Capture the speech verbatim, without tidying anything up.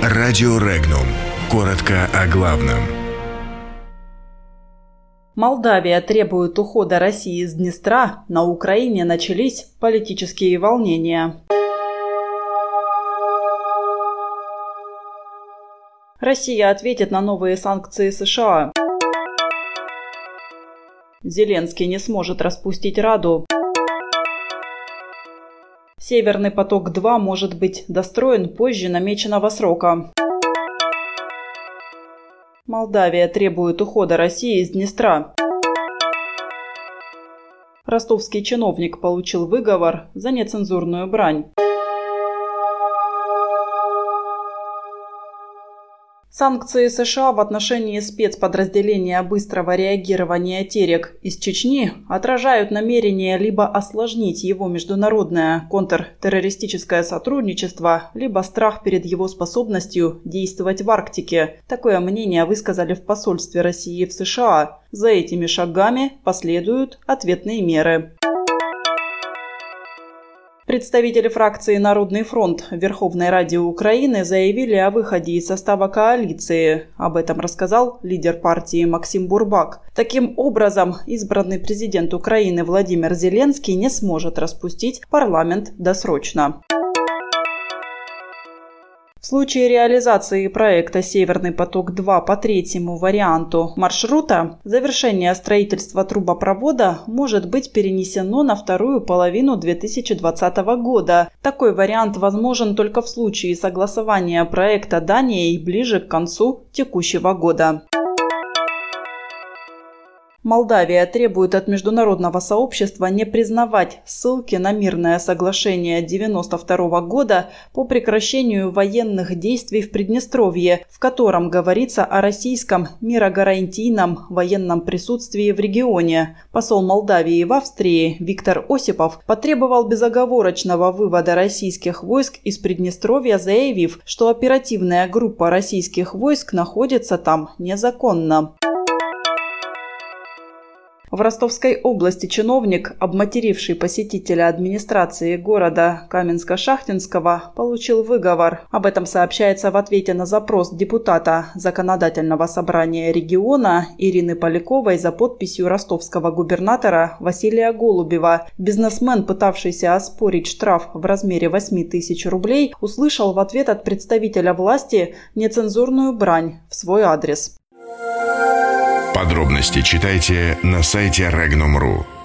Радио Регнум. Коротко о главном. Молдавия требует ухода России из Днестра. На Украине начались политические волнения. Россия ответит на новые санкции США. Зеленский не сможет распустить Раду. Северный поток-два может быть достроен позже намеченного срока. Молдавия требует ухода России из Днестра. Ростовский чиновник получил выговор за нецензурную брань. Санкции США в отношении спецподразделения быстрого реагирования «Терек» из Чечни отражают намерение либо осложнить его международное контртеррористическое сотрудничество, либо страх перед его способностью действовать в Арктике. Такое мнение высказали в посольстве России в США. За этими шагами последуют ответные меры. Представители фракции «Народный фронт» в Верховной Раде Украины заявили о выходе из состава коалиции. Об этом рассказал лидер партии Максим Бурбак. Таким образом, избранный президент Украины Владимир Зеленский не сможет распустить парламент досрочно. В случае реализации проекта «Северный поток-два» по третьему варианту маршрута, завершение строительства трубопровода может быть перенесено на вторую половину две тысячи двадцатого года. Такой вариант возможен только в случае согласования проекта Данией ближе к концу текущего года. Молдавия требует от международного сообщества не признавать ссылки на мирное соглашение девяносто второго года по прекращению военных действий в Приднестровье, в котором говорится о российском мирогарантийном военном присутствии в регионе. Посол Молдавии в Австрии Виктор Осипов потребовал безоговорочного вывода российских войск из Приднестровья, заявив, что оперативная группа российских войск находится там незаконно. В Ростовской области чиновник, обматеривший посетителя администрации города Каменска-Шахтинского, получил выговор. Об этом сообщается в ответе на запрос депутата Законодательного собрания региона Ирины Поляковой за подписью ростовского губернатора Василия Голубева. Бизнесмен, пытавшийся оспорить штраф в размере восемь тысяч рублей, услышал в ответ от представителя власти нецензурную брань в свой адрес. Подробности читайте на сайте регнум точка ру.